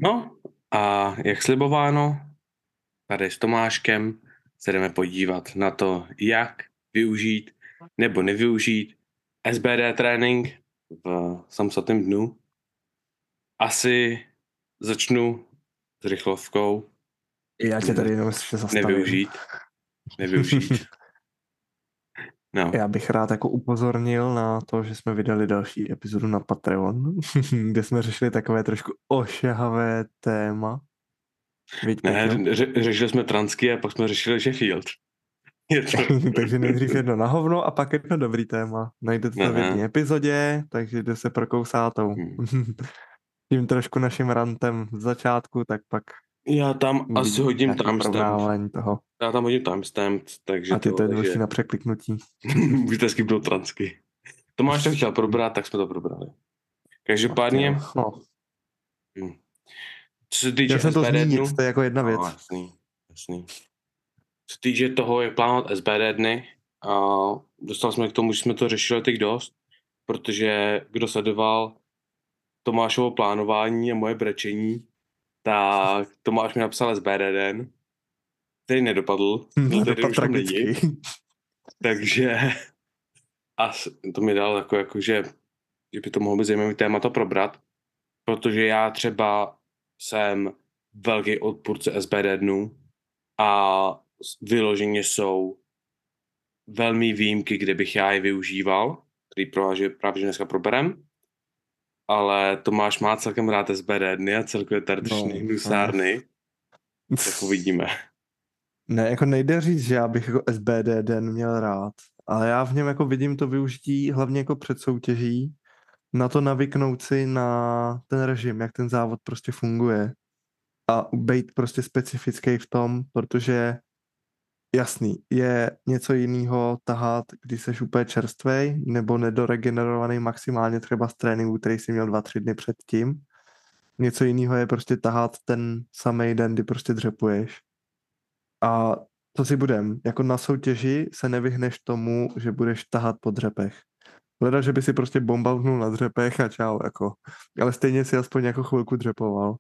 No a jak slibováno, tady s Tomáškem se jdeme podívat na to, jak využít nebo nevyužít SBD trénink v samostatném dnu. Asi začnu s rychlovkou. Já tě tady jenom ještě zastavím. Nevyužít. No. Já bych rád jako upozornil na to, že jsme vydali další epizodu na Patreon, kde jsme řešili takové trošku ošahavé téma. Víď, Ne, Peťo? řešili jsme Transky a pak jsme řešili Sheffield. Je to... Takže nejdřív jedno na hovno a pak jedno dobrý téma. Najdete to v jedné epizodě, takže jde se prokousátou. Tím trošku naším rantem z začátku, tak pak já tam asi hodím timestamp. toho. Já tam hodím timestamp, takže a ty to je důležitý na překliknutí. Můžete skipnout Transky. Tomáš to chtěl probrat, tak jsme to probrali. Každopádně... No. Co se týče já jsem to SBD zmínit, dnu, to je jako jedna věc. Jasný. Co se týče toho, jak plánovat SBD dny, dostali jsme k tomu, že jsme to řešili teď dost, protože kdo sledoval Tomášovo plánování a moje brečení, tak Tomáš mi napsal SBD den, který nedopadl, Nedopadl tragicky. Takže a to mi dal jako že by to mohlo být zajímavý téma to probrat, protože já třeba jsem velký odpůrce SBD dnů a vyloženě jsou velmi výjimky, kde bych já je využíval, který právě dneska proberem, ale Tomáš má celkem rád SBD dny a celkově tarčný hnusárny, tak uvidíme. Ne, jako nejde říct, že já bych jako SBD den měl rád, ale já v něm jako vidím to využití hlavně jako před soutěží, na to navyknout si na ten režim, jak ten závod prostě funguje a být prostě specifický v tom, protože jasný, je něco jiného tahat, když seš úplně čerstvej nebo nedoregenerovaný maximálně třeba z tréninku, který jsi měl 2-3 dny předtím. Něco jiného je prostě tahat ten samý den, kdy prostě dřepuješ. A co si budem, jako na soutěži se nevyhneš tomu, že budeš tahat po dřepech. Hleda, že by si prostě bombavnul na dřepech a čau, jako. Ale stejně si aspoň jako chvilku dřepoval.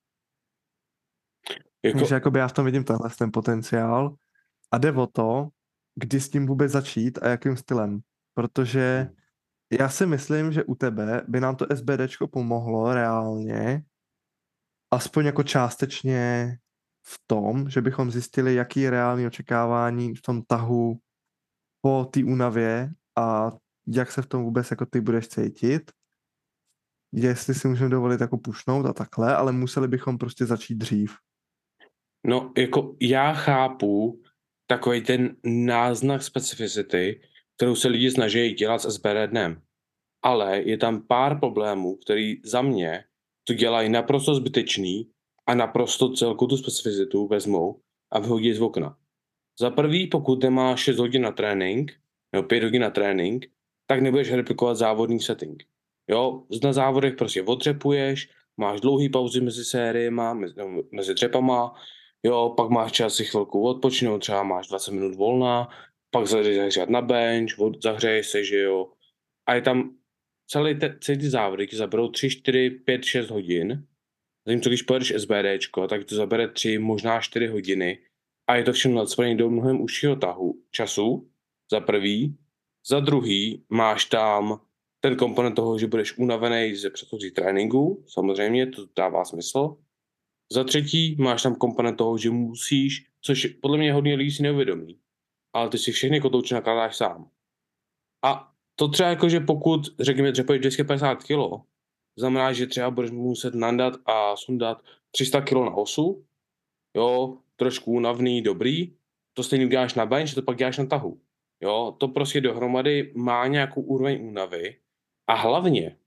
Takže jakoby já v tom vidím ten potenciál a jde o to, kdy s tím vůbec začít a jakým stylem. Protože já si myslím, že u tebe by nám to SBDčko pomohlo reálně, aspoň jako částečně v tom, že bychom zjistili, jaký je reálný očekávání v tom tahu po té únavě a jak se v tom vůbec jako ty budeš cítit. Jestli si můžeme dovolit jako pušnout a takhle, ale museli bychom prostě začít dřív. No, jako já chápu takový ten náznak specificity, kterou se lidi snaží dělat s SBD dnem. Ale je tam pár problémů, který za mě to dělají naprosto zbytečný a naprosto celkou tu specificitu vezmou a vyhodí z okna. Za prvý, pokud nemáš 6 hodin na trénink, nebo 5 hodin na trénink, tak nebudeš replikovat závodní setting. Jo, na závodech prostě odřepuješ, máš dlouhý pauzy mezi sériema, mezi dřepama, jo, pak máš čas si chvilku odpočinout, třeba máš 20 minut volna, pak zajdeš na bench, zahřeješ se, že jo. A je tam celý ty závody ti zaberou 3, 4, 5, 6 hodin, zatímco když pojedeš SBDčko, tak to zabere 3, možná 4 hodiny a je to všechno nadspaný do mnohem užšího času, za prvý. Za druhý máš tam ten komponent toho, že budeš unavený ze předchozích tréninků, samozřejmě, to dává smysl. Za třetí máš tam komponent toho, že musíš, což podle mě hodně lidí si neuvědomí, ale ty si všechny kotouče nakládáš sám. A to třeba jako, že pokud, řekněme, dřepuješ 250 kg, znamená, že třeba budeš muset nandat a sundat 300 kg na osu, jo, trošku únavný, dobrý, to stejně děláš na bench, to pak děláš na tahu. Jo, to prostě dohromady má nějakou úroveň únavy a hlavně,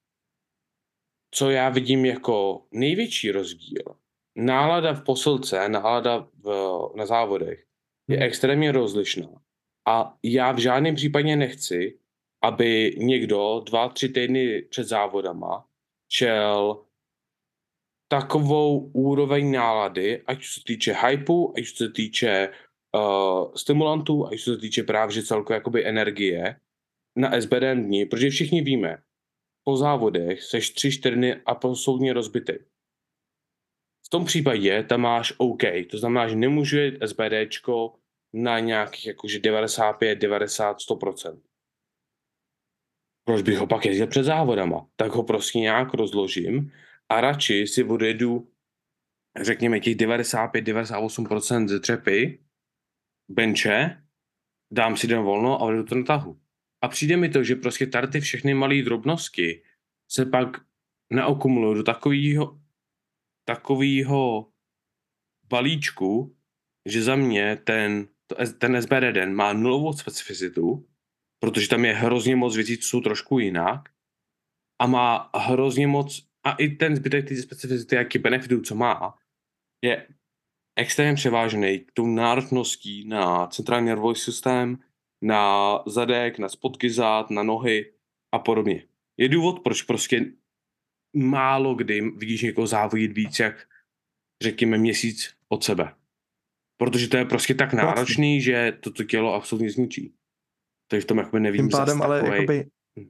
co já vidím jako největší rozdíl, nálada v posilce, nálada na závodech je extrémně rozlišná. A já v žádném případě nechci, aby někdo 2-3 týdny před závodama šel takovou úroveň nálady, ať se týče hypeu, ať se týče stimulantů, ať se týče právě že celkově jakoby energie na SBD dní, protože všichni víme, po závodech seš 3-4 dny absolutně rozbitý. v tom případě tam máš OK, to znamená, že nemůžu jít SBDčko na nějakých jakože 95, 90, 100%. Proč bych ho pak jezdil před závodama? Tak ho prostě nějak rozložím a radši si odjedu, řekněme, těch 95, 98% ze třepy, benče, dám si den volno a odjedu to na tahu. A přijde mi to, že prostě tady ty všechny malé drobnosti se pak naokumulují do takového balíčku, že za mě ten SBD den má nulovou specificitu, protože tam je hrozně moc věcí, co jsou trošku jinak a má hrozně moc, a i ten zbytek té specificity, jaký benefitů, co má, je extrémně převážený tou náročností na centrální nervový systém, na zadek, na spodky zad, na nohy a podobně. Je důvod, proč prostě málo kdy vidíš někoho závodit víc jak, řekněme, měsíc od sebe. Protože to je prostě tak náročný, že to tělo absolutně zničí. Takže v tom jakoby nevidím Tím pádem ale jakoby...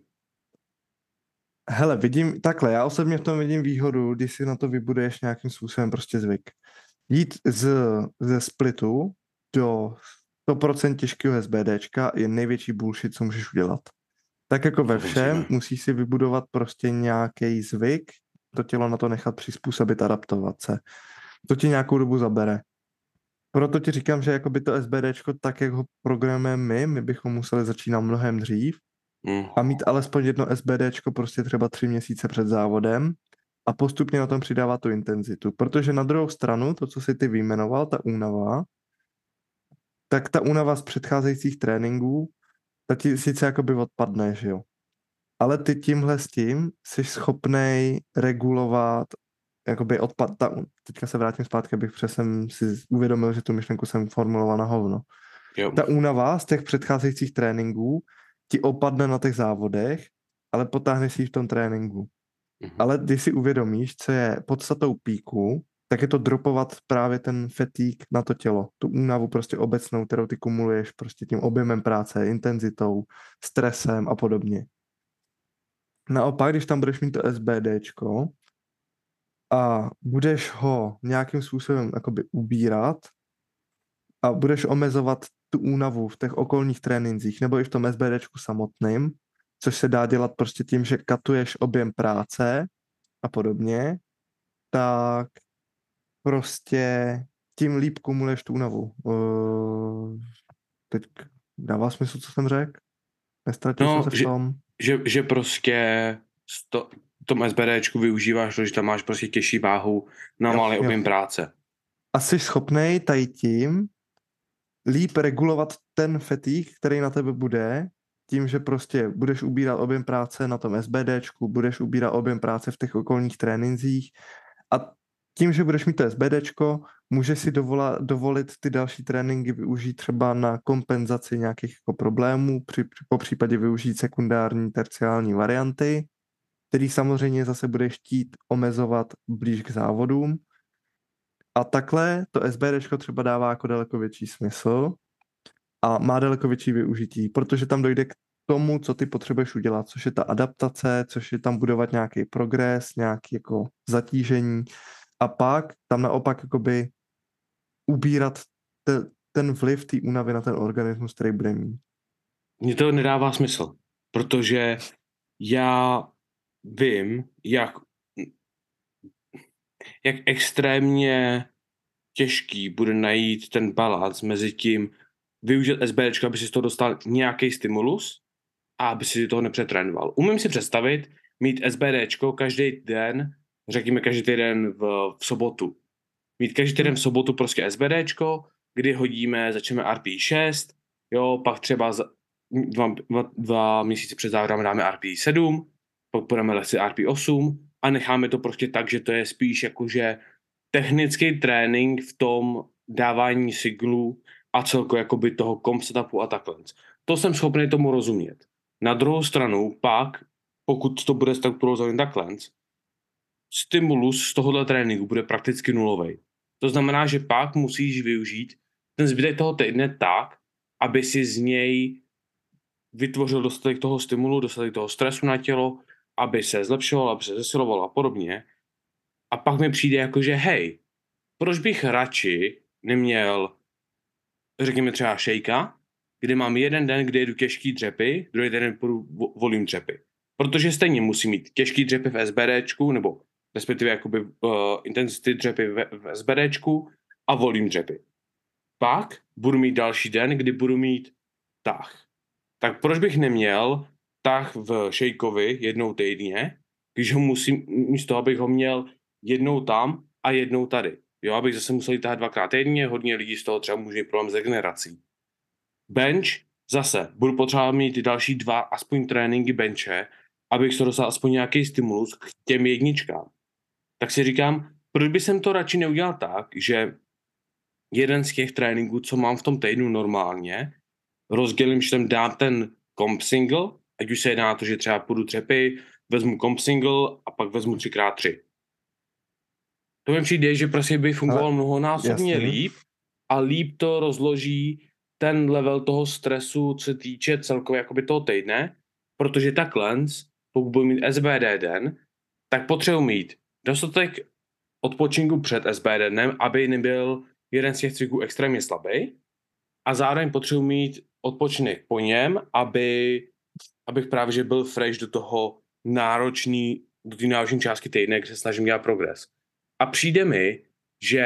Hele, vidím, takhle, já osobně v tom vidím výhodu, když si na to vybuduješ nějakým způsobem prostě zvyk. Jít ze splitu do 100% těžkého SBDčka je největší bullshit, co můžeš udělat. Tak jako ve všem, musíš si vybudovat prostě nějaký zvyk, to tělo na to nechat přizpůsobit, adaptovat se. To ti nějakou dobu zabere. Proto ti říkám, že jakoby to SBDčko, tak jak ho programujeme my bychom museli začínat mnohem dřív a mít alespoň jedno SBDčko prostě třeba 3 měsíce před závodem a postupně na tom přidávat tu intenzitu. Protože na druhou stranu, to, co jsi ty vyjmenoval, ta únava, tak ta únava z předcházejících tréninků, ta ti sice jakoby odpadne, že jo. Ale ty tímhle s tím jsi schopnej regulovat jakoby teďka se vrátím zpátky, abych přesem si uvědomil, že tu myšlenku jsem formuloval na hovno. Jo. Ta únava z těch předcházejících tréninků ti opadne na těch závodech, ale potáhneš si ji v tom tréninku. Ale když si uvědomíš, co je podstatou píku, tak je to dropovat právě ten fatigue na to tělo. Tu únavu prostě obecnou, kterou ty kumuluješ prostě tím objemem práce, intenzitou, stresem a podobně. Naopak, když tam budeš mít to SBDčko a budeš ho nějakým způsobem jakoby ubírat a budeš omezovat tu únavu v těch okolních trénincích nebo i v tom SBDčku samotným, což se dá dělat prostě tím, že katuješ objem práce a podobně, tak prostě tím líp kumuluješ tu únavu. Teď dává smysl, co jsem řekl? Nestratil jsem se v tom? Že prostě v tom SBDčku využíváš to, že tam máš prostě těžší váhu na malý objem práce. A jsi schopnej tady tím líp regulovat ten fatigue, který na tebe bude, tím, že prostě budeš ubírat objem práce na tom SBDčku, budeš ubírat objem práce v těch okolních trénincích a tím, že budeš mít to SBDčko, můžeš si dovolit ty další tréninky využít třeba na kompenzaci nějakých jako problémů, po případě využít sekundární, terciální varianty, který samozřejmě zase budeš chtít omezovat blíž k závodům. A takhle to SBDčko třeba dává jako daleko větší smysl a má daleko větší využití, protože tam dojde k tomu, co ty potřebuješ udělat, což je ta adaptace, což je tam budovat nějaký progres, nějaký jako zatížení a pak tam naopak jakoby ubírat ten vliv té únavy na ten organismus, který bude mít. Mně to nedává smysl, protože já vím, jak extrémně těžký bude najít ten balans mezi tím využít SBDčko, aby si z toho dostal nějaký stimulus a aby si toho nepřetrénoval. Umím si představit mít SBDčko každý den, řekněme každý týden v sobotu. Mít každý týden v sobotu prostě SBDčko, kdy začneme RP6, jo, pak třeba dva měsíce před závodem dáme RP7, pak budeme lehce RP8 a necháme to prostě tak, že to je spíš jakože technický trénink v tom dávání signálů a celkově jakoby toho comp setupu a takhle. To jsem schopný tomu rozumět. Na druhou stranu pak, pokud to bude strukturovat takhle, stimulus z tohohle tréninku bude prakticky nulový. To znamená, že pak musíš využít ten zbytek toho týdne tak, aby si z něj vytvořil dostatek toho stimulu, dostatek toho stresu na tělo, aby se zlepšoval, aby se zesiloval a podobně. A pak mi přijde jako, že hej, proč bych radši neměl, řekněme třeba šejka, kde mám jeden den, kdy jedu těžký dřepy, druhý den volím dřepy. Protože stejně musím mít těžký dřepy v SBDčku, nebo respektive jakoby intenzity dřepy v SBDčku a volím dřepy. Pak budu mít další den, kdy budu mít tah. Tak proč bych neměl tah v šejkovi jednou týdně, když ho musím, místo abych ho měl jednou tam a jednou tady. Jo, abych zase musel jít tahat 2x týdně, hodně lidí z toho třeba může mít problém s regenerací. Bench, zase, budu potřebovat mít další 2 aspoň tréninky benche, abych se dostal aspoň nějaký stimulus k těm jedničkám. Tak si říkám, proč by jsem to radši neudělal tak, že jeden z těch tréninků, co mám v tom týdnu normálně, rozdělím, že tam dám ten comp single, ať už se jedná na to, že třeba půjdu dřepy, vezmu comp single a pak vezmu 3x3. To mi přijde, že prostě by fungoval mnohonásobně jasně. líp a líp to rozloží ten level toho stresu, co se týče celkově jakoby toho týdne, protože takhle, pokud budu mít SBD den, tak potřebuji mít dostatek odpočinku před SBD dnem, aby nebyl jeden z těch cviků extrémně slabý a zároveň potřebuji mít odpočinek po něm, abych právě že byl fresh do toho do té náročné částky týdne, kde se snažím dělat progres. A přijde mi, že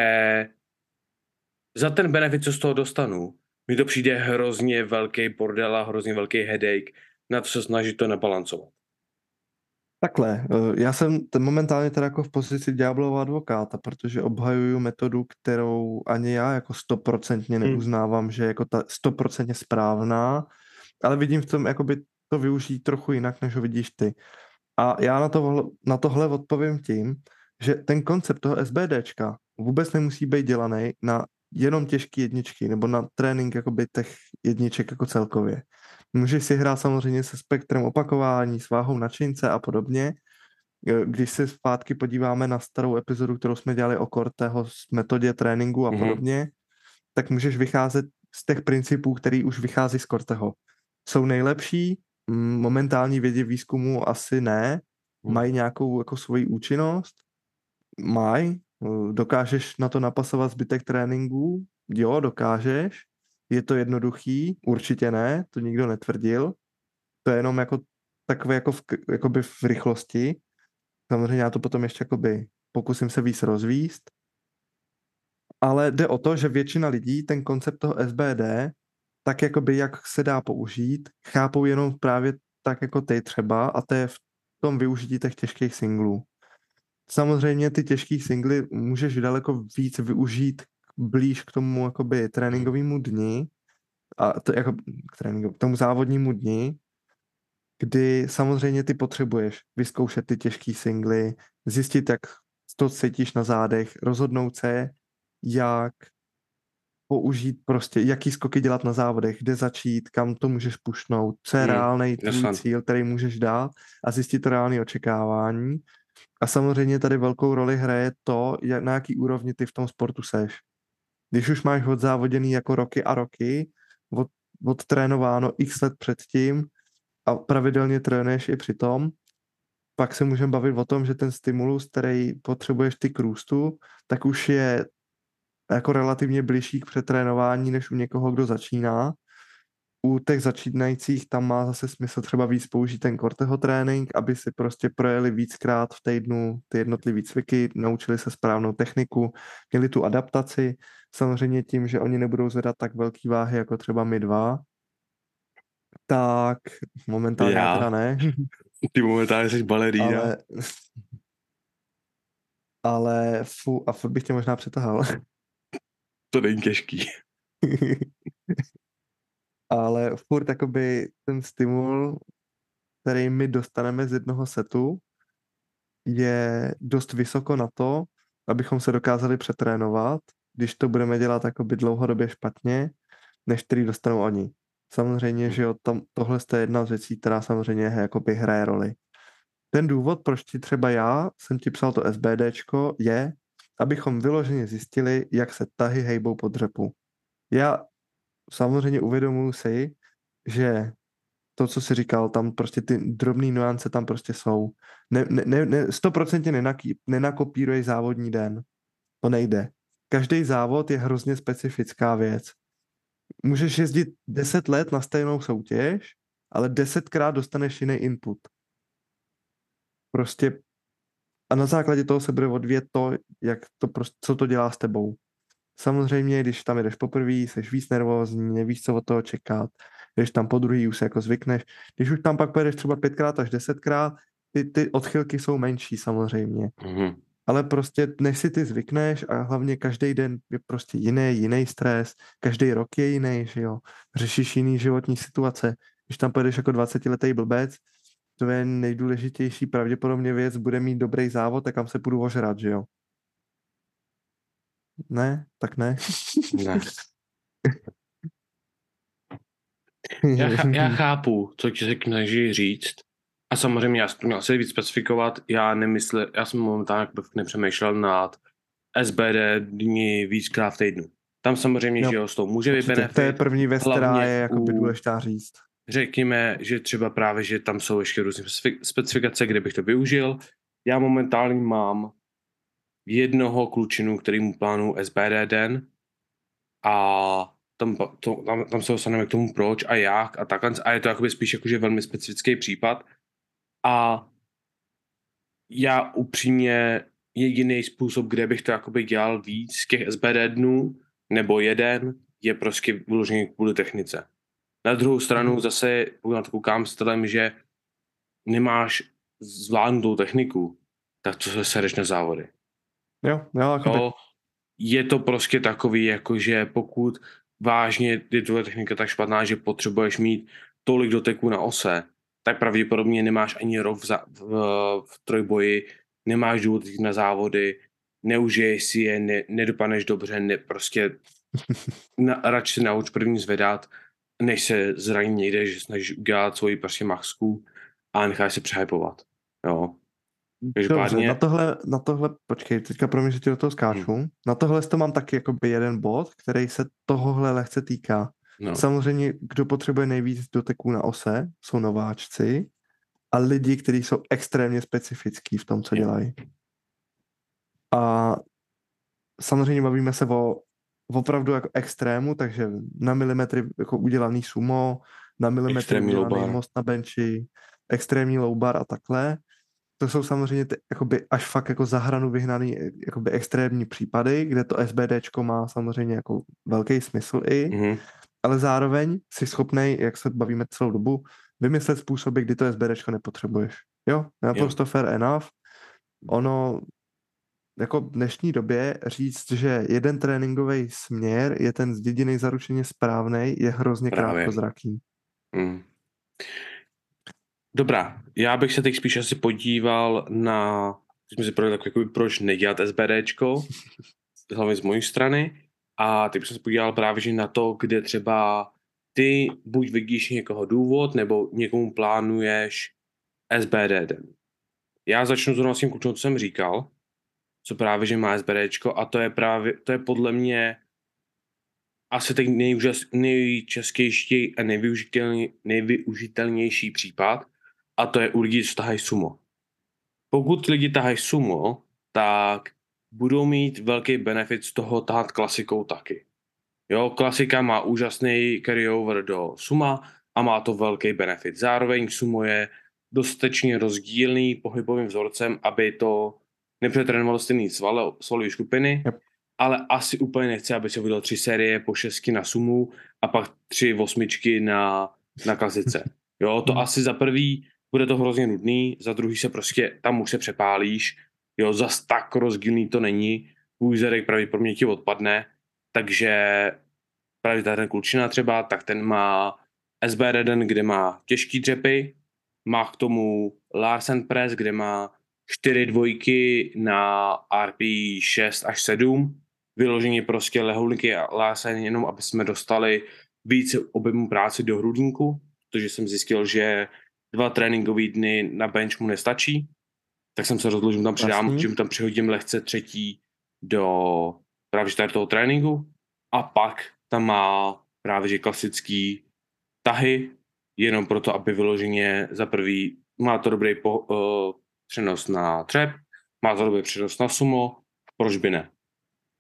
za ten benefit, co z toho dostanu, mi to přijde hrozně velký bordel a hrozně velký headache na to se snažit to nebalancovat. Takhle, já jsem momentálně teda jako v pozici ďáblova advokáta, protože obhajuju metodu, kterou ani já jako 100% neuznávám, že je jako ta 100% správná, ale vidím v tom jakoby to využít trochu jinak, než ho vidíš ty. A já na tohle odpovím tím, že ten koncept toho SBDčka vůbec nemusí být dělaný na jenom těžké jedničky nebo na trénink jakoby těch jedniček jako celkově. Můžeš si hrát samozřejmě se spektrem opakování, s váhou na čince a podobně. Když se zpátky podíváme na starou epizodu, kterou jsme dělali o Corteho s metodě tréninku a podobně, tak můžeš vycházet z těch principů, který už vychází z Corteho. Jsou nejlepší, momentální vědě výzkumu asi ne, mají nějakou jako svoji účinnost, dokážeš na to napasovat zbytek tréninků, jo, dokážeš, je to jednoduchý, určitě ne, to nikdo netvrdil, to je jenom jako takové jakoby v rychlosti, samozřejmě já to potom ještě jakoby pokusím se víc rozvíst, ale jde o to, že většina lidí ten koncept toho SBD, tak jakoby jak se dá použít, chápou jenom právě tak jako ty třeba a to je v tom využití těch těžkých singlů. Samozřejmě ty těžký singly můžeš daleko víc využít blíž k tomu jakoby tréninkovému dni a to jako k tomu závodnímu dni, kdy samozřejmě ty potřebuješ vyzkoušet ty těžký singly, zjistit, jak to cítíš na zádech, rozhodnout se, jak použít prostě, jaký skoky dělat na závodech, kde začít, kam to můžeš pušnout, co je reálný tvůj cíl, který můžeš dát a zjistit to reálné očekávání. A samozřejmě tady velkou roli hraje to, na jaký úrovni ty v tom sportu seš. Když už máš odzávoděný jako roky a roky, odtrénováno x let předtím a pravidelně trénuješ i přitom, pak se můžeme bavit o tom, že ten stimulus, který potřebuješ ty k růstu, tak už je jako relativně blížší k přetrénování, než u někoho, kdo začíná. U těch začínajících tam má zase smysl třeba víc použít ten Corteho trénink, aby si prostě projeli víckrát v týdnu ty jednotlivý cviky, naučili se správnou techniku, měli tu adaptaci, samozřejmě tím, že oni nebudou zvedat tak velký váhy jako třeba my dva, tak momentálně já teda ne. Ty momentálně jsi balerína. Ale furt bych tě možná přetahal. To není těžký. Ale furt jakoby ten stimul, který my dostaneme z jednoho setu, je dost vysoko na to, abychom se dokázali přetrénovat, když to budeme dělat jakoby dlouhodobě špatně, než který dostanou oni. Samozřejmě, že jo, tohle je jedna z věcí, která samozřejmě jakoby hraje roli. Ten důvod, proč ti třeba já jsem ti psal to SBDčko, je, abychom vyloženě zjistili, jak se tahy hejbou po dřepu. Já samozřejmě uvědomuji si, že to, co jsi říkal, tam prostě ty drobné nuance tam prostě jsou. 100% nenakopíruje závodní den. To nejde. každý závod je hrozně specifická věc. Můžeš jezdit 10 let na stejnou soutěž, ale 10krát dostaneš jiný input. Prostě a na základě toho se bude odvíjet to, jak to prostě, co to dělá s tebou. Samozřejmě, když tam jdeš poprvé, jsi víc nervózní, nevíš, co od toho čekat, když tam po druhý už se jako zvykneš. Když už tam pak pojedeš třeba 5krát až 10krát, ty odchylky jsou menší samozřejmě. Mhm. Ale prostě než si ty zvykneš a hlavně každý den je prostě jiný stres, každý rok je jiný, že jo. Řešíš jiný životní situace. Když tam pojedeš jako 20letý blbec, to je nejdůležitější pravděpodobně věc, bude mít dobrý závod, tak kam se půjdu ožrat, že jo. Ne? Tak ne. Ne. Já chápu, co ti se snaží říct. A samozřejmě já jsem měl asi víc specifikovat. Já jsem momentálně nepřemýšlel nad SBD dní víckrát v týdnu. Tam samozřejmě, Jo, že jo, z toho může být benefit. to je první věc, která je jakoby u, důležitá říct. řekněme, že třeba právě, že tam jsou ještě různé specifikace, kde bych to využil. Já momentálně mám jednoho klučinu, který mu plánuju SBD den a tam se dostaneme k tomu proč a jak a tak. A je to jakoby spíš jakože velmi specifický případ. A já upřímně jediný způsob, kde bych to jakoby dělal víc z těch SBD dnů, nebo jeden, je prostě vyložený kvůli technice. Na druhou stranu zase na to koukám stylem, že nemáš zvládnutou techniku, tak co se sereš na závody. Jo, jakoby. Jo, je to prostě takový, jakože pokud vážně je tvoje technika tak špatná, že potřebuješ mít tolik doteků na ose, tak pravděpodobně nemáš ani rok v trojboji, nemáš důvod jít na závody, neužiješ si je, nedopadneš dobře, prostě radši se nauč první zvedat, než se zraní někde, že snažíš udělat svoji prostě maxku a necháš se přehypovat. Jo. Dobře, na tohle, počkej, teďka promiň, že ti do toho skáču. Na tohle to mám taky jakoby jeden bod, který se tohohle lehce týká. No. Samozřejmě, kdo potřebuje nejvíc doteků na ose, jsou nováčci a lidi, kteří jsou extrémně specifický v tom, co dělají. A samozřejmě bavíme se o opravdu jako extrému, takže na milimetry jako udělaný sumo, na milimetry udělaný most na benchi, extrémní low bar a takhle. To jsou samozřejmě jakoby až fakt jako za hranu vyhnaný jakoby extrémní případy, kde to SBDčko má samozřejmě jako velký smysl ale zároveň si schopnej, jak se bavíme celou dobu, vymyslet způsoby, kdy to SBDčko nepotřebuješ. Jo, naprosto fair enough. Ono jako v dnešní době říct, že jeden tréninkový směr je ten jediný zaručeně správnej, je hrozně krátkozraký. Dobrá, já bych se teď spíš asi podíval na, jsme si projeli takový, proč nedělat SBDčko, hlavně z mojí strany, a teď bych se podíval právě že na to, kde třeba ty buď vidíš někoho důvod, nebo někomu plánuješ SBD den. Já začnu zrovna s tím klučem, co jsem říkal, co právě, že má SBDčko, a to je podle mě asi ten nejčastější a nejvyužitelnější případ, a to je u lidí, co tahají sumo. Pokud lidi tahají sumo, tak budou mít velký benefit z toho tahat klasikou taky. Jo, klasika má úžasný carryover do suma a má to velký benefit. Zároveň sumo je dostatečně rozdílný pohybovým vzorcem, aby to nepřetrénovalo stejný svalové skupiny, ale asi úplně nechce, aby se udělal 3 série po 6 na sumu a pak 3 8 na klasice. Jo, to asi za prvý bude to hrozně nudný, za druhý se prostě, tam už se přepálíš, jo, zas tak rozdílný to není, tvůj zadek pravděpodobně ti odpadne, takže právě ten klučina třeba, tak ten má SBD den, kde má těžký dřepy, má k tomu Larsen press, kde má 4 dvojky na RP 6 až 7, vyloženě prostě lehoulinky a Larsen, jenom aby jsme dostali více objemu práce do hrudníku, protože jsem zjistil, že 2 tréninkové dny na bench mu nestačí, tak jsem se rozhodl, že mu tam přidám, že mu tam přihodím lehce 3. do právě toho tréninku a pak tam má právě že klasický tahy, jenom proto, aby vyloženě za prvý má to dobrý přenos na třep, má to dobrý přenos na sumo, proč by ne.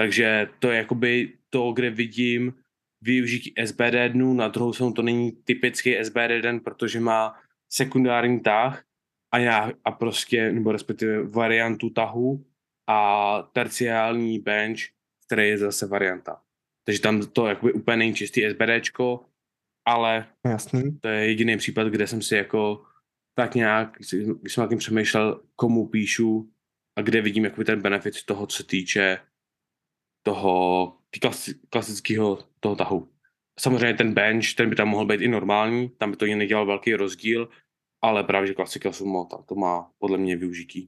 Takže to je jakoby to, kde vidím využití SBD dnů, na druhou stranu to není typický SBD den, protože má sekundární tah a prostě, nebo respektive variantu tahu a terciální bench, který je zase varianta. Takže tam to jakoby úplně není čistý SBDčko, ale Jasný. to je jediný případ, kde jsem si jako tak nějak, když jsem nad tím přemýšlel, komu píšu a kde vidím jakoby ten benefit toho, co se týče toho klasického toho tahu. Samozřejmě ten bench, ten by tam mohl být i normální, tam by to nedělal velký rozdíl, ale právě, že klasika sumo, to má podle mě využití.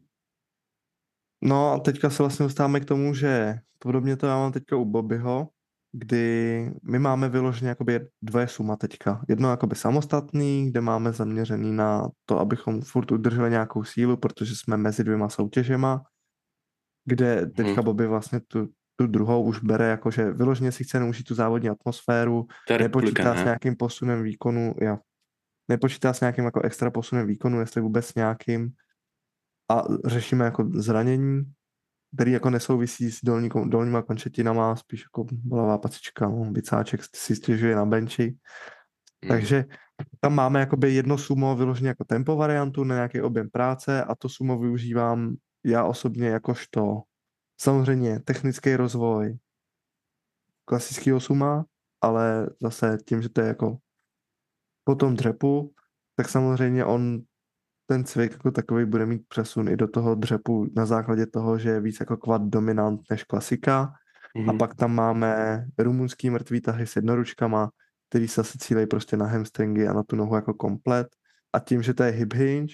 No a teďka se vlastně dostáváme k tomu, že podobně to já mám teďka u Bobbyho, kdy my máme vyloženě jakoby dvoje suma teďka. Jedno jakoby samostatný, kde máme zaměřený na to, abychom furt udrželi nějakou sílu, protože jsme mezi dvěma soutěžema, kde teďka Bobby vlastně tu druhou už bere jako, že vyloženě si chce naučit tu závodní atmosféru, To je republika, nepočítá s ne? nějakým posunem výkonu, nepočítá s nějakým jako extra posunem výkonu, jestli vůbec s nějakým, a řešíme jako zranění, který jako nesouvisí s dolníma končetinama, spíš jako bolavá pacička, no, bicáček si stěžuje na benči. Takže tam máme jakoby jedno sumo vyloženě jako tempo variantu na nějaký objem práce a to sumo využívám já osobně jakožto samozřejmě technický rozvoj klasického suma, ale zase tím, že to je jako po tom dřepu, tak samozřejmě ten cvik jako takový bude mít přesun i do toho dřepu na základě toho, že je víc jako quad dominant než klasika. A pak tam máme rumunský mrtvý tahy s jednoručkama, který se asi cílejí prostě na hamstringy a na tu nohu jako komplet. A tím, že to je hip hinge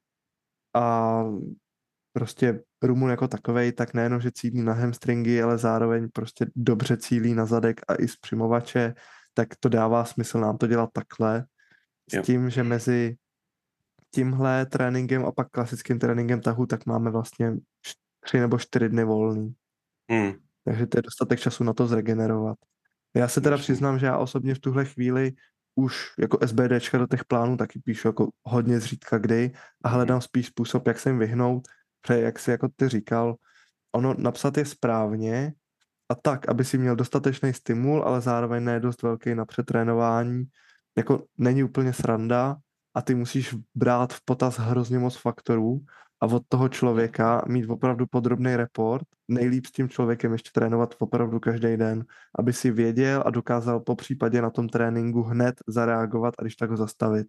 a prostě Rumun jako takovej, tak nejenom, že cílí na hamstringy, ale zároveň prostě dobře cílí na zadek a i z přimovače, tak to dává smysl nám to dělat takhle. S tím, že mezi tímhle tréninkem a pak klasickým tréninkem tahu, tak máme vlastně 3 nebo 4 dny volný. Takže to je dostatek času na to zregenerovat. Já se teda přiznám, že já osobně v tuhle chvíli už jako SBDčka do těch plánů taky píšu jako hodně zřídka kdy a hledám spíš způsob, jak se jim vyhnout, protože jak si jako ty říkal, ono napsat je správně a tak, aby si měl dostatečný stimul, ale zároveň ne dost velký na přetrénování, jako není úplně sranda a ty musíš brát v potaz hrozně moc faktorů a od toho člověka mít opravdu podrobný report, nejlíp s tím člověkem ještě trénovat opravdu každý den, aby si věděl a dokázal po případě na tom tréninku hned zareagovat a když tak ho zastavit.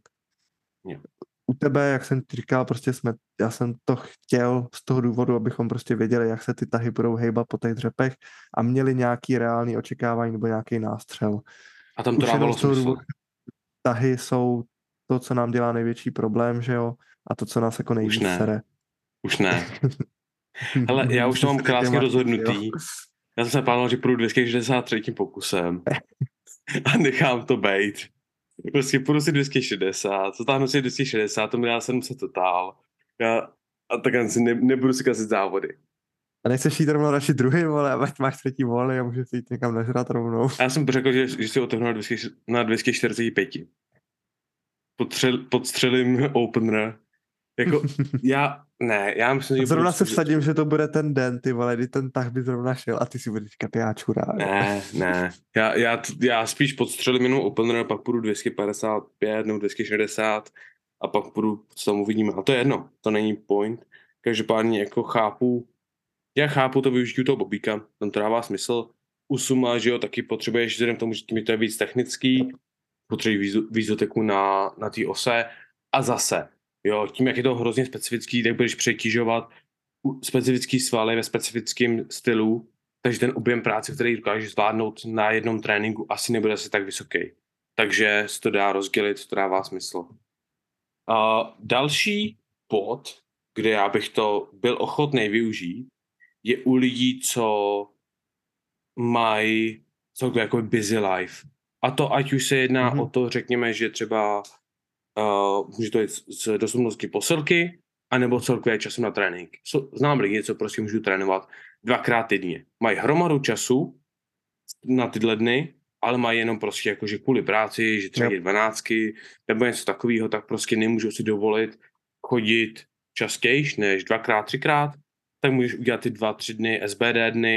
U tebe, jak jsem ti říkal, prostě já jsem to chtěl z toho důvodu, abychom prostě věděli, jak se ty tahy budou hejbat po těch dřepech a měli nějaký reálný očekávání nebo nějaký nástřel. A tam to Už jenom dávalo z toho smysl. důvodu, tahy jsou to, co nám dělá největší problém, že jo? A to, co nás jako nejvíc sere. Už ne. Hele, já už to mám krásně rozhodnutý. Já jsem se plánoval, že půjdu 263. pokusem a nechám to bejt. Prostě půjdu si 260, zatáhnu si 260, to mi dá 700 totál. A tak si nebudu si kazit závody. A nechceš jít rovnou radši druhý, ale ať máš třetí volný a můžeš jít někam nažrat rovnou. Já jsem řekl, že si otevřu na 245. Podstřelím opener. Jako, já myslím, že... Zrovna se vsadím, že to bude ten den, ty vole, kdy ten tah by zrovna šel a ty si budeš říkat, já čurá. Ne. Já spíš podstřelím jenom opener, pak půjdu 255 nebo 260 a pak půjdu, co tam uvidíme. A to je jedno, to není point. Každopádně jako já chápu to využití toho bobíka, tam to dává smysl. U suma, že jo, taky potřebuješ vzhledem k tomu, že to je víc technický, potřebuješ výzoteku na té ose a zase, jo, tím, jak je to hrozně specifický, tak budeš přetížovat specifický svaly ve specifickém stylu, takže ten objem práce, který dokážeš zvládnout na jednom tréninku, asi nebude asi tak vysoký. Takže se to dá rozdělit, to dává smysl. A další bod, kde já bych to byl ochotný využít, je u lidí, co mají celkově jako busy life. A to ať už se jedná o to, řekněme, že třeba může to jít z dostupnosti posilky, anebo celkově času na trénink. Znám lidi, co prostě můžu trénovat 2x týdně. Mají hromadu času na tyhle dny, ale mají jenom prostě jakože kvůli práci, že třeba 12 nebo něco takového, tak prostě nemůžou si dovolit chodit častěji než 2x, 3x, tak můžeš udělat ty 2-3 dny SBD dny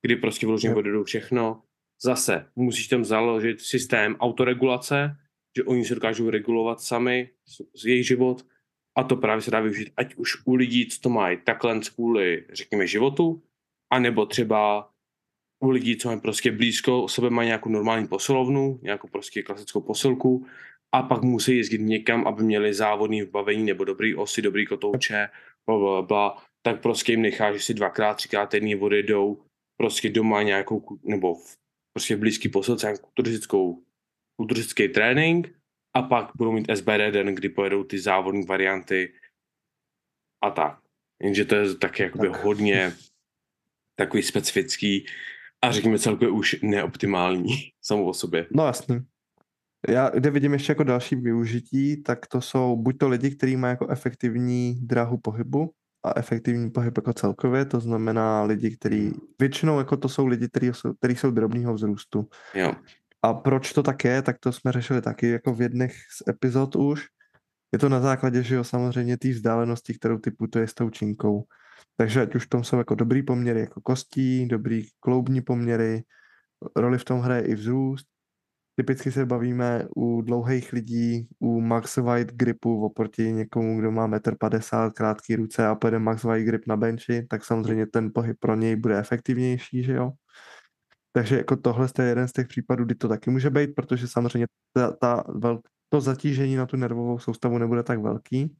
kdy prostě vyloženě odjedou všechno. Zase musíš tam založit systém autoregulace, že oni se dokážou regulovat sami z jejich život a to právě se dá využít ať už u lidí, co to mají takhle kvůli, řekněme, životu, anebo třeba u lidí, co mají prostě blízko, u sebe mají nějakou normální posilovnu, nějakou prostě klasickou posilku a pak musí jezdit někam, aby měli závodní vybavení nebo dobrý osy, dobrý kotouče, blablabla, tak prostě jim necháš, že si 2x, 3x týdně odjedou prostě doma nějakou, nebo prostě v blízký posilce nějakou kulturistický trénink a pak budou mít SBD den, kdy pojedou ty závodní varianty a tak. Jenže to je taky jakoby hodně takový specifický a řekněme celkově už neoptimální samou o sobě. No jasný. Já, kde vidím ještě jako další využití, tak to jsou buď to lidi, kteří mají jako efektivní dráhu pohybu a efektivní pohyb jako celkově, to znamená lidi, kteří většinou jako to jsou lidi, kteří jsou drobného vzrůstu. Jo. A proč to tak je, tak to jsme řešili taky jako v jedných z epizod už. Je to na základě, že jo, samozřejmě té vzdálenosti, kterou ty putuje s tou činkou. Takže ať už v tom jsou jako dobrý poměry jako kostí, dobrý kloubní poměry, roli v tom hraje i vzrůst. Typicky se bavíme u dlouhých lidí, u max wide gripu oproti někomu, kdo má 1,50 m, krátký ruce a pojede max wide grip na benchi, tak samozřejmě ten pohyb pro něj bude efektivnější, že jo. Takže jako tohle je jeden z těch případů, kdy to taky může být, protože samozřejmě to zatížení na tu nervovou soustavu nebude tak velký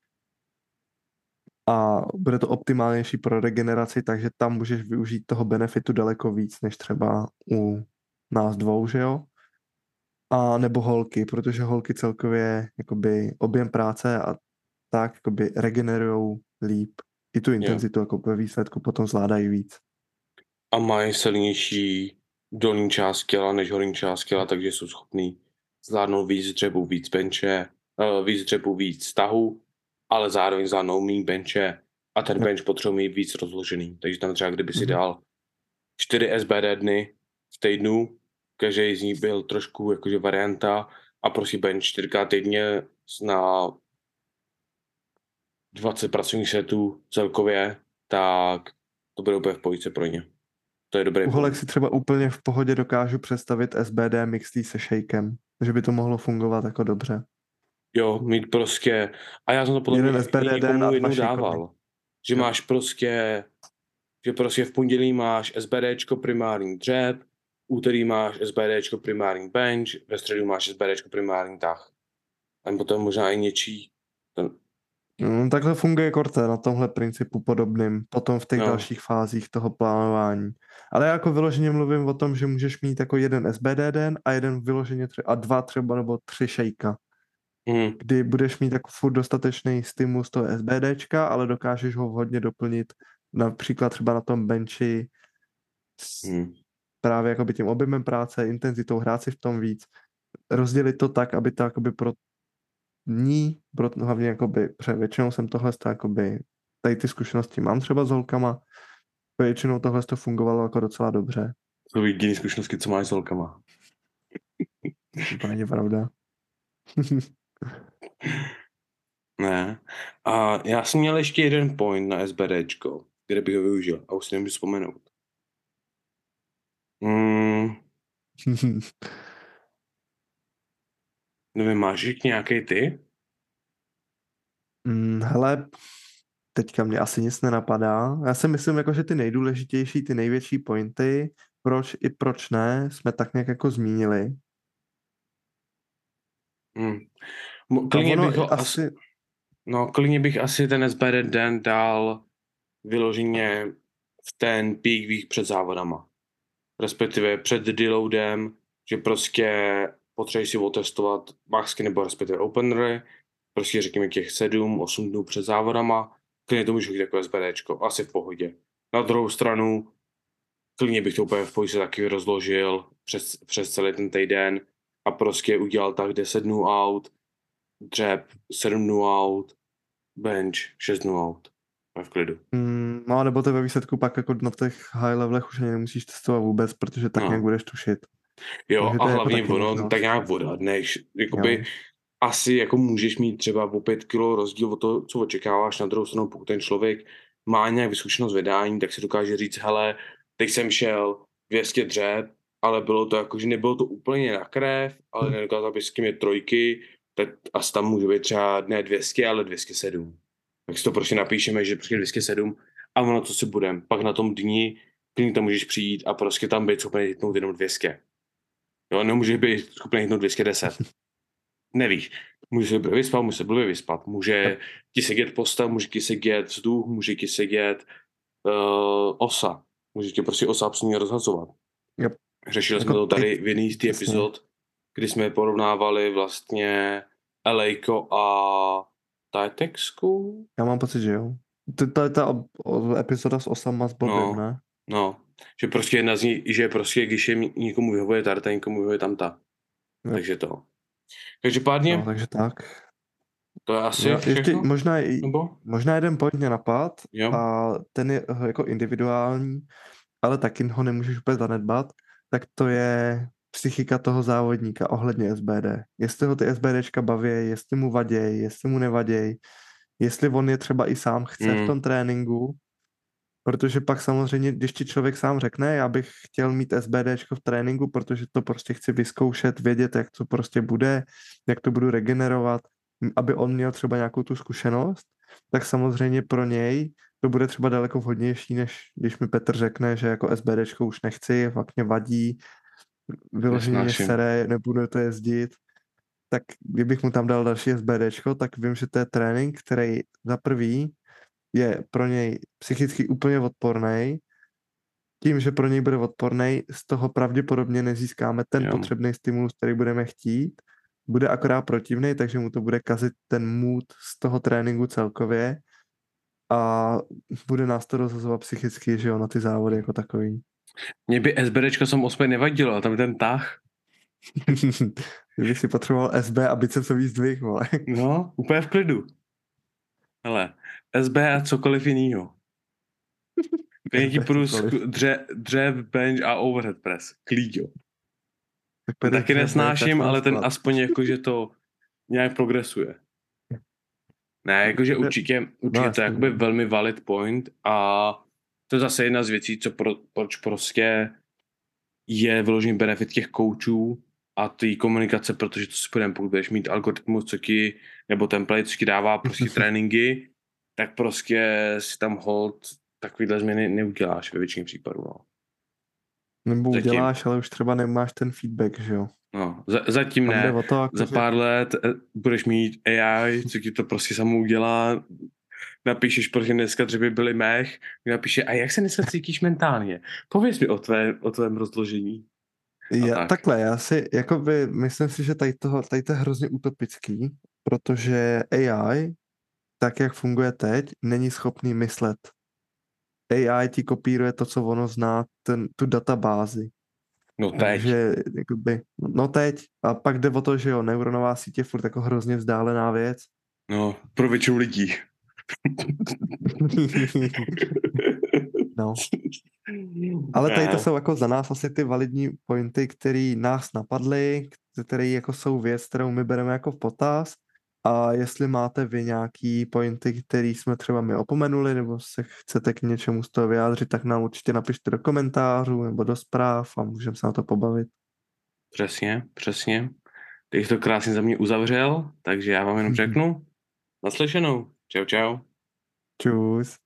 a bude to optimálnější pro regeneraci, takže tam můžeš využít toho benefitu daleko víc, než třeba u nás dvou, že jo. A nebo holky, protože holky celkově jakoby objem práce a tak jakoby regenerujou líp. I tu intenzitu jako ve výsledku potom zvládají víc. A mají silnější dolní část těla než horní část těla, takže jsou schopní zvládnout víc dřepu, víc benče, víc tahu, ale zároveň zvládnou méně benče a ten bench potřebuje mít víc rozložený. Takže tam třeba kdyby si dal 4 SBD dny v týdnu, každý z nich byl trošku jakože varianta a prostě bench 4x týdně na 20 pracovních setů celkově, tak to bude úplně v pohodě pro ně. To je dobrý. U holek si třeba úplně v pohodě dokážu představit SBD mixtý se shakem, že by to mohlo fungovat jako dobře. Jo, mít prostě, a já jsem to potom někomu jednou dával, že jo. Máš prostě, že prostě v pondělí máš SBDčko primární dřep, úterý máš SBDčko primární bench, ve středu máš SBDčko primární tah. A potom možná i něčí. Takhle funguje Corte na tomhle principu podobným, potom v těch dalších fázích toho plánování. Ale já jako vyloženě mluvím o tom, že můžeš mít jako jeden SBD den a jeden vyloženě a 2 třeba nebo 3 šejka. Kdy budeš mít jako furt dostatečný stimul z toho SBDčka, ale dokážeš ho vhodně doplnit například třeba na tom benchi právě jakoby tím objemem práce, intenzitou, hrát si v tom víc, rozdělit to tak, aby to jakoby pro hlavně jakoby, většinou jsem tohle jakoby, tady ty zkušenosti mám třeba s holkama, většinou tohle to fungovalo jako docela dobře. To jsou jediné zkušenosti, co máš s holkama. To není pravda. Ne. A já jsem měl ještě jeden point na SBDčko, kde bych ho využil a už si nemůžu vzpomenout. Nevím, máš nějaký ty? Hele, teďka mě asi nic nenapadá. Já si myslím, jako, že ty nejdůležitější, ty největší pointy, proč ne, jsme tak nějak jako zmínili. Klidně bych asi ten SBD den dal vyloženě v ten peak week před závodama. Respektive před deloadem, že prostě potřebuješ si otestovat maxky nebo respektive openery, prostě řekněme těch 7-8 dnů před závodama, klidně to můžu jít jako SBDčko, asi v pohodě. Na druhou stranu, klidně bych to úplně v pohodě taky rozložil přes celý ten týden a prostě udělal tak 10 dnů out, dřep 7 dnů out, bench 6 dnů out. V klidu. No, nebo to ve výsledku pak jako na těch high levelech už nemusíš testovat vůbec, protože tak nějak budeš tušit. Jo, a hlavně jako ono tak nějak odhadneš. Jakoby asi jako můžeš mít třeba o 5 kilo rozdíl od toho, co očekáváš. Na druhou stranu, pokud ten člověk má nějak vyzkušenost vedání, tak si dokáže říct, hele, teď jsem šel 200 dřep, ale bylo to jako, že nebylo to úplně na krev, ale nedokázal bych s kým je trojky, tak asi tam může být třeba ne 200, ale 207. Tak si to prostě napíšeme, že prostě 207 a ono co si budem. Pak na tom dni klidně tam můžeš přijít a prostě tam být schopný hitnout jenom 200. Jo, nemůžeš být schopný hitnout 210. Nevíš. Může se blbě vyspat, může se blbě vyspat. Může ti sedět postav, může ti sedět vzduch, může ti sedět osa. Může tě prostě osa absolutně rozhazovat. Yep. Řešili Jako jsme to teď- tady v jedné z těch přesně. epizod, kdy jsme porovnávali vlastně Elejko a Titexku. Já mám pocit, že jo. To je ta epizoda s Osama s Bobem, ne? No, že prostě jedna z ní, že prostě když je někomu vyhovuje tarta, někomu vyhovuje tamta. Jo. Takže to. Každopádně, No, takže tak. to je asi Jo, ještě všechno. Nebo? možná jeden point mě napad Jo. a ten je jako individuální, ale taky ho nemůžeš úplně zanedbat, tak to je psychika toho závodníka ohledně SBD. Jestli ho ty SBDčka baví, jestli mu vaděj, jestli mu nevaděj, jestli on je třeba i sám chce v tom tréninku, protože pak samozřejmě, když ti člověk sám řekne, já bych chtěl mít SBDčko v tréninku, protože to prostě chci vyzkoušet, vědět, jak to prostě bude, jak to budu regenerovat, aby on měl třeba nějakou tu zkušenost, tak samozřejmě pro něj to bude třeba daleko vhodnější, než když mi Petr řekne, že jako SBDčko už nechci, fakt mě vadí, vyloženě mě Nesnáším. sere, nebudu to jezdit, tak kdybych mu tam dal další SBDčko, tak vím, že to je trénink, který za prvý je pro něj psychicky úplně odporný. Tím, že pro něj bude odporný, z toho pravděpodobně nezískáme ten potřebný stimulus, který budeme chtít. Bude akorát protivný, takže mu to bude kazit ten mood z toho tréninku celkově a bude nás to rozhazovat psychicky, že jo, na ty závody jako takový. Mně by SBDčko som osmej nevadilo, a tam je ten tah. Kdybych si potřeboval SB a bicepsový zdvih, vole. No, úplně v klidu. Hele, SB a cokoliv jinýho. Klidně ti půjdu dřev, bench a overhead press. Klíďo. Ten taky nesnáším, ale ten aspoň jakože to nějak progresuje. Ne, jakože určitě to je jakoby velmi valid point a to je zase jedna z věcí, proč prostě je vyložený benefit těch koučů a té komunikace, protože to si budeme, pokud budeš mít algoritmus, co ti, nebo template, co ti dává prostě tréninky, tak prostě si tam hold takovýhle změny neuděláš ve většině případů. No. Nebo uděláš, ale už třeba nemáš ten feedback, že jo? No, zatím ne. Za pár let budeš mít AI, co ti to prostě samo udělá, napíšeš, protože dneska dřeby byly mech, napíše, a jak se dneska cítíš mentálně? Pověz mi o tvém rozložení. Takhle, já si, jakoby, myslím si, že tady to je hrozně utopický, protože AI, tak jak funguje teď, není schopný myslet. AI ti kopíruje to, co ono zná, tu databázi. No teď. Takže, jakoby, no teď. A pak jde o to, že jo, neuronová sítě je furt jako hrozně vzdálená věc. No, pro většinu lidí. No. Ale tady to jsou jako za nás asi ty validní pointy, které nás napadly, které jako jsou věc, kterou my bereme jako v potaz. A jestli máte vy nějaký pointy, které jsme třeba my opomenuli, nebo se chcete k něčemu z toho vyjádřit, tak nám určitě napište do komentářů nebo do zpráv a můžeme se na to pobavit. Přesně. Ty jsi to krásně za mě uzavřel, takže já vám jenom řeknu naslyšenou. Čau. Čus.